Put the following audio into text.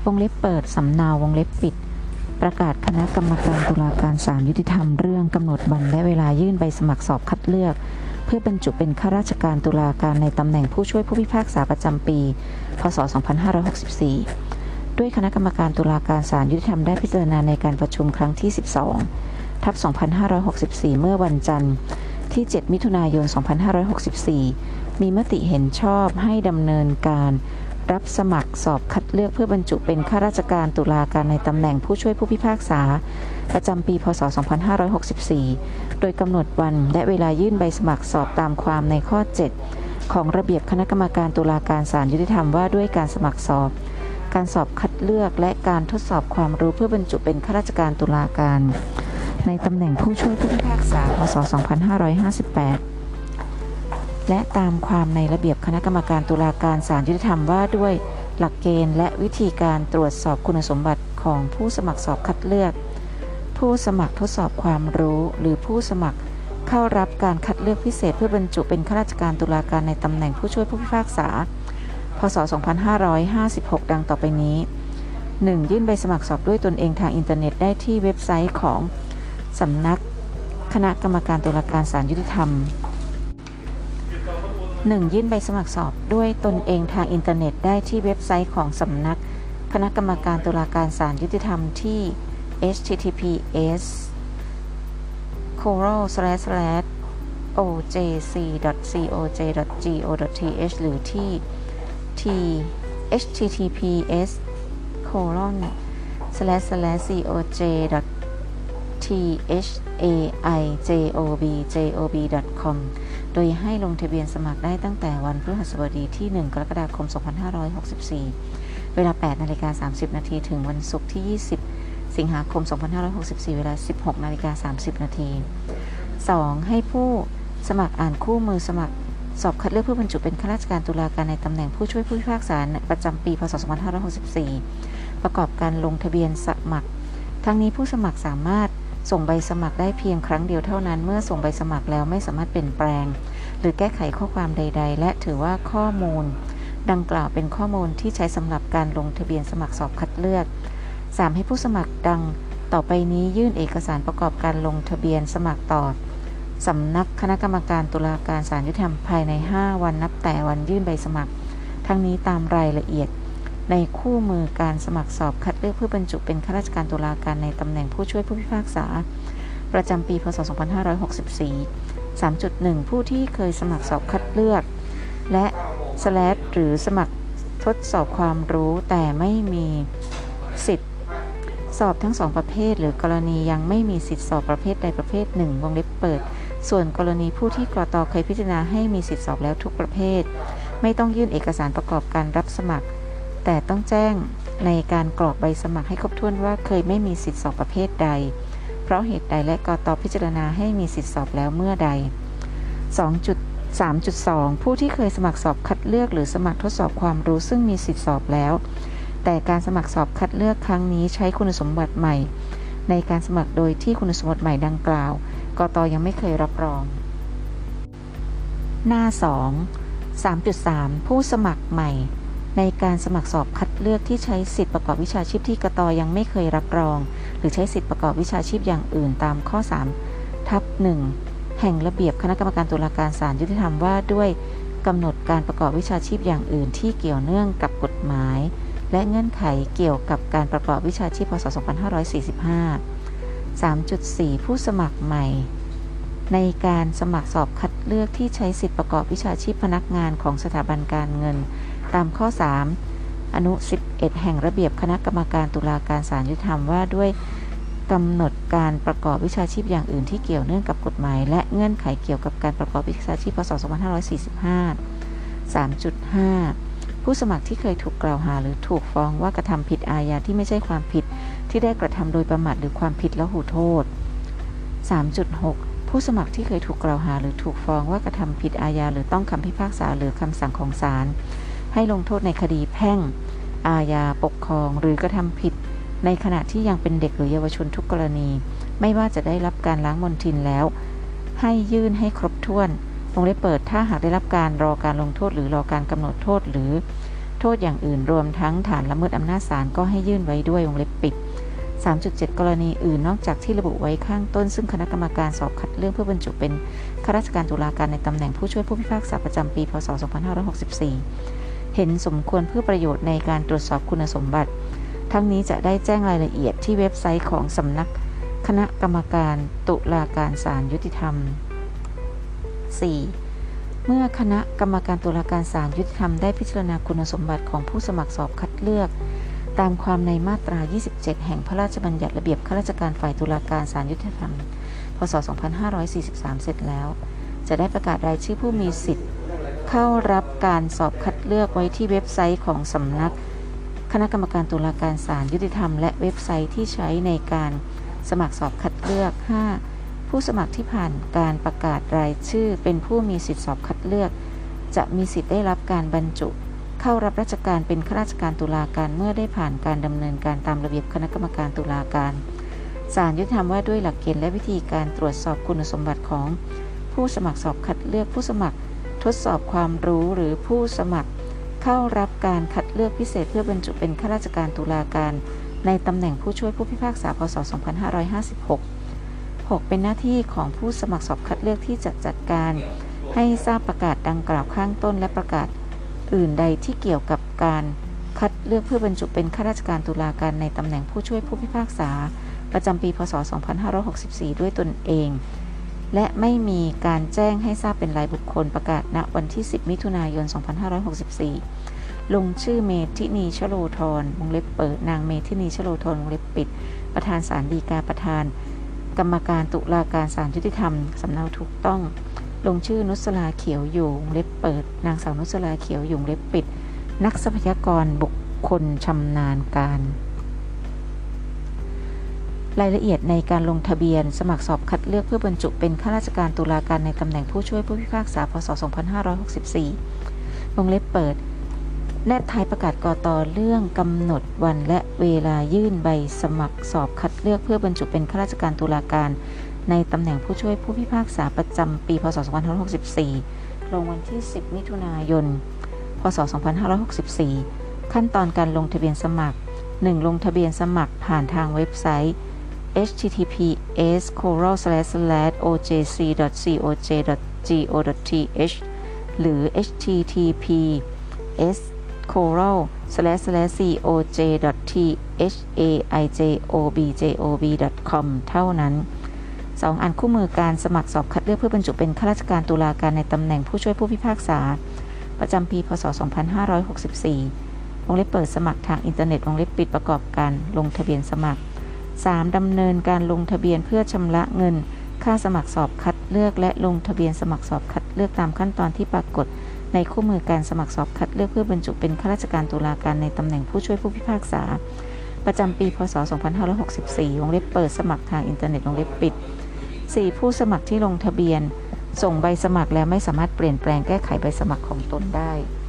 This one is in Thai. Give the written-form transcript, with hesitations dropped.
งเล็บเปิดสำเนาวงเล็บปิดประกาศคณะกรรมการตุลาการศาลยุติธรรมเรื่องกำหนดวันและเวลายื่นใบสมัครสอบคัดเลือกเพื่อบรรจุเป็นข้าราชการตุลาการในตำแหน่งผู้ช่วยผู้พิพากษาประจำปีพ.ศ. 2564ด้วยคณะกรรมการตุลาการศาลยุติธรรมได้พิจารณาในการประชุมครั้งที่ 12/2564 เมื่อวันจันทร์ที่ 7 มิถุนายน 2564 มีมติเห็นชอบให้ดำเนินการรับสมัครสอบคัดเลือกเพื่อบรรจุเป็นข้าราชการตุลาการในตำแหน่งผู้ช่วยผู้พิพากษาประจำปีพ.ศ. 2564 โดยกำหนดวันและเวลายื่นใบสมัครสอบตามความในข้อ 7 ของระเบียบคณะกรรมการตุลาการศาลยุติธรรมว่าด้วยการสมัครสอบการสอบคัดเลือกและการทดสอบความรู้เพื่อบรรจุเป็นข้าราชการตุลาการในตำแหน่งผู้ช่วยผู้พิพากษาพ.ศ. 2558 และตามความในระเบียบคณะกรรมการตุลาการศาลยุติธรรมว่าด้วยหลักเกณฑ์และวิธีการตรวจสอบคุณสมบัติของผู้สมัครสอบคัดเลือกผู้สมัครทดสอบความรู้หรือผู้สมัครเข้ารับการคัดเลือกพิเศษเพื่อบรรจุเป็นข้าราชการตุลาการในตำแหน่งผู้ช่วยผู้พิพากษาพ.ศ. 2556 ดังต่อไปนี้ 1. ยื่นใบสมัครสอบด้วยตนเองทางอินเทอร์เน็ตได้ที่เว็บไซต์ของสำนักคณะกรรมการตุลาการศาลยุติธรรม 1. ยื่นใบสมัครสอบด้วยตนเองทางอินเทอร์เน็ตได้ที่เว็บไซต์ของสำนักคณะกรรมการตุลาการศาลยุติธรรมที่ https://ojc.coj.go.th หรือที่ https://coj.thaijob.com โดยให้ลงทะเบียนสมัครได้ตั้งแต่วันพฤหัสบดีที่ 1 กรกฎาคม 2564 เวลา 8:30 น.ถึงวันศุกร์ที่ 20 สิงหาคม 2564 เวลา 16:30 น. 2. ให้ผู้สมัครอ่านคู่มือสมัครสอบคัดเลือกเพื่อบรรจุเป็นข้าราชการตุลาการในตำแหน่งผู้ช่วยผู้พิพากษาประจำปีพ.ศ. 2564 ประกอบการลงทะเบียนสมัครทั้งนี้ผู้สมัครสามารถส่งใบสมัครได้เพียงครั้งเดียวเท่านั้นเมื่อส่งใบสมัครแล้วไม่สามารถเปลี่ยนแปลงหรือแก้ไขข้อความใดๆและถือว่าข้อมูลดังกล่าวเป็นข้อมูลที่ใช้สำหรับการลงทะเบียนสมัครสอบคัดเลือก 3. ให้ผู้สมัครดังต่อไปนี้ยื่นเอกสารประกอบการลงทะเบียนสมัครต่อสำนักคณะกรรมการตุลาการศาลยุติธรรมภายใน 5 วันนับแต่วันยื่นใบสมัครทั้งนี้ตามรายละเอียดในคู่มือการสมัครสอบคัดเลือกเพื่อบรรจุเป็นข้าราชการตุลาการในตำแหน่งผู้ช่วยผู้พิพากษาประจำปีพ.ศ. 2564 3.1 ผู้ที่เคยสมัครสอบคัดเลือกและ/หรือสมัครทดสอบความรู้แต่ไม่มีสิทธิ์สอบทั้ง2ประเภทหรือกรณียังไม่มีสิทธิสอบประเภทใดประเภทหนึ่งวงเล็บเปิดส่วนกรณีผู้ที่กต.เคยพิจารณาให้มีสิทธิสอบแล้วทุกประเภทไม่ต้องยื่นเอกสารประกอบการรับสมัครแต่ต้องแจ้งในการกรอกใบสมัครให้ครบถ้วนว่าเคยไม่มีสิทธิสอบประเภทใดเพราะเหตุใดและกต.พิจารณาให้มีสิทธิสอบแล้วเมื่อใด 3.2 ผู้ที่เคยสมัครสอบคัดเลือกหรือสมัครทดสอบความรู้ซึ่งมีสิทธิสอบแล้วแต่การสมัครสอบคัดเลือกครั้งนี้ใช้คุณสมบัติใหม่ในการสมัครโดยที่คุณสมบัติใหม่ดังกล่าวกต.ยังไม่เคยรับรองหน้า 2 3.3 ผู้สมัครใหม่ในการสมัครสอบคัดเลือกที่ใช้สิทธิประกอบวิชาชีพที่กต.ยังไม่เคยรับรองหรือใช้สิทธิประกอบวิชาชีพอย่างอื่นตามข้อ 3/1 แห่งระเบียบคณะกรรมการตุลาการศาลยุติธรรมว่าด้วยกำหนดการประกอบวิชาชีพอย่างอื่นที่เกี่ยวเนื่องกับกฎหมายและเงื่อนไขเกี่ยวกับการประกอบวิชาชีพพ.ศ. 2545 3.4 ผู้สมัครใหม่ในการสมัครสอบคัดเลือกที่ใช้สิทธิประกอบวิชาชีพพนักงานของสถาบันการเงินตามข้อ 3 อนุ 11 แห่งระเบียบคณะกรรมการตุลาการศาลยุติธรรมว่าด้วยกำหนดการประกอบวิชาชีพอย่างอื่นที่เกี่ยวเนื่องกับกฎหมายและเงื่อนไขเกี่ยวกับการประกอบวิชาชีพพ.ศ. 2545 3.5 ผู้สมัครที่เคยถูกกล่าวหาหรือถูกฟ้องว่ากระทำผิดอาญาที่ไม่ใช่ความผิดที่ได้กระทำโดยประมาทหรือความผิดละหูโทษ 3.6 ผู้สมัครที่เคยถูกกล่าวหาหรือถูกฟ้องว่ากระทำผิดอาญาหรือต้องคำพิพากษาหรือคำสั่งของศาลให้ลงโทษในคดีแพ่งอาญาปกครองหรือกระทำผิดในขณะที่ยังเป็นเด็กหรือเยาวชนทุกกรณีไม่ว่าจะได้รับการล้างมลทินแล้วให้ยื่นให้ครบถ้วนวงเล็บเปิดถ้าหากได้รับการรอการลงโทษหรือรอการกำหนดโทษหรือโทษอย่างอื่นรวมทั้งฐานละเมิดอำนาจศาลก็ให้ยื่นไว้ด้วยวงเล็บปิด 3.7 กรณีอื่นนอกจากที่ระบุไว้ข้างต้นซึ่งคณะกรรมการสอบคัดเลือกเพื่อบรรจุเป็นข้าราชการตุลาการในตำแหน่งผู้ช่วยผู้พิพากษาประจำปีพ.ศ. 2564 เห็นสมควรเพื่อประโยชน์ในการตรวจสอบคุณสมบัติทั้งนี้จะได้แจ้งรายละเอียดที่เว็บไซต์ของสำนักคณะกรรมการตุลาการศาลยุติธรรม 4. เมื่อคณะกรรมการตุลาการศาลยุติธรรมได้พิจารณาคุณสมบัติของผู้สมัครสอบคัดเลือกตามความในมาตรา 27 แห่งพระราชบัญญัติระเบียบข้าราชการฝ่ายตุลาการศาลยุติธรรม พ.ศ. 2543 เสร็จแล้วจะได้ประกาศรายชื่อผู้มีสิทธิ์เข้ารับการสอบคัดเลือกไว้ที่เว็บไซต์ของสำนักคณะกรรมการตุลาการศาลยุติธรรมและเว็บไซต์ที่ใช้ในการสมัครสอบคัดเลือก 5. ผู้สมัครที่ผ่านการประกาศรายชื่อเป็นผู้มีสิทธิสอบคัดเลือกจะมีสิทธิ์ได้รับการบรรจุเข้ารับราชการเป็นข้าราชการตุลาการเมื่อได้ผ่านการดำเนินการตามระเบียบคณะกรรมการตุลาการศาลยุติธรรมว่าด้วยหลักเกณฑ์และวิธีการตรวจสอบคุณสมบัติของผู้สมัครสอบคัดเลือกผู้สมัครทดสอบความรู้หรือผู้สมัครเข้ารับการคัดเลือกพิเศษเพื่อบรรจุเป็นข้าราชการตุลาการในตำแหน่งผู้ช่วยผู้พิพากษาพ.ศ. 2556 6. เป็นหน้าที่ของผู้สมัครสอบคัดเลือกที่จะจัดการให้ทราบประกาศดังกล่าวข้างต้นและประกาศอื่นใดที่เกี่ยวกับการคัดเลือกเพื่อบรรจุเป็นข้าราชการตุลาการในตำแหน่งผู้ช่วยผู้พิพากษาประจำปีพ.ศ. 2564 ด้วยตนเองและไม่มีการแจ้งให้ทราบเป็นรายบุคคลประกาศณวันที่ 10 มิถุนายน 2564 ลงชื่อเมธินีชโลธรวงเล็บเปิดนางเมธินีชโลธรวงเล็บปิดประธานศาลฎีกาประธานกรรมการตุลาการศาลยุติธรรมสำเนาถูกต้องลงชื่อนุสราเขียวอยู่วงเล็บเปิดนางสาวนุสราเขียวอยู่วงเล็บปิดนักทรัพยากรบุคคลชำนาญการรายละเอียดในการลงทะเบียนสมัครสอบคัดเลือกเพื่อบรรจุเป็นข้าราชการตุลาการในตำแหน่งผู้ช่วยผู้พิพากษาพ.ศ. 2564 วงเล็บเปิดแนบท้ายประกาศกต.เรื่องกำหนดวันและเวลายื่นใบสมัครสอบคัดเลือกเพื่อบรรจุเป็นข้าราชการตุลาการในตำแหน่งผู้ช่วยผู้พิพากษาประจำปีพ.ศ. 2564 ลงวันที่ 10 มิถุนายน พ.ศ. 2564 ขั้นตอนการลงทะเบียนสมัคร 1. ลงทะเบียนสมัครผ่านทางเว็บไซต์ https://ojc.coj.go.th หรือ https://coj.thaijob.com เท่านั้น 2. อ่านคู่มือการสมัครสอบคัดเลือกเพื่อบรรจุเป็นข้าราชการตุลาการในตำแหน่งผู้ช่วยผู้พิพากษาประจำปีพ.ศ. 2564 วงเล็บเปิดสมัครทางอินเทอร์เน็ตวงเล็บปิดประกอบการลงทะเบียนสมัคร 3. ดำเนินการลงทะเบียนเพื่อชำระเงินค่าสมัครสอบคัดเลือกและลงทะเบียนสมัครสอบคัดเลือกตามขั้นตอนที่ปรากฏในคู่มือการสมัครสอบคัดเลือกเพื่อบรรจุเป็นข้าราชการตุลาการในตำแหน่งผู้ช่วยผู้พิพากษาประจำปีพ.ศ. 2564 วงเล็บเปิดสมัครทางอินเทอร์เน็ตวงเล็บปิด 4. ผู้สมัครที่ลงทะเบียนส่งใบสมัครแล้วไม่สามารถเปลี่ยนแปลงแก้ไขใบสมัครของตนได้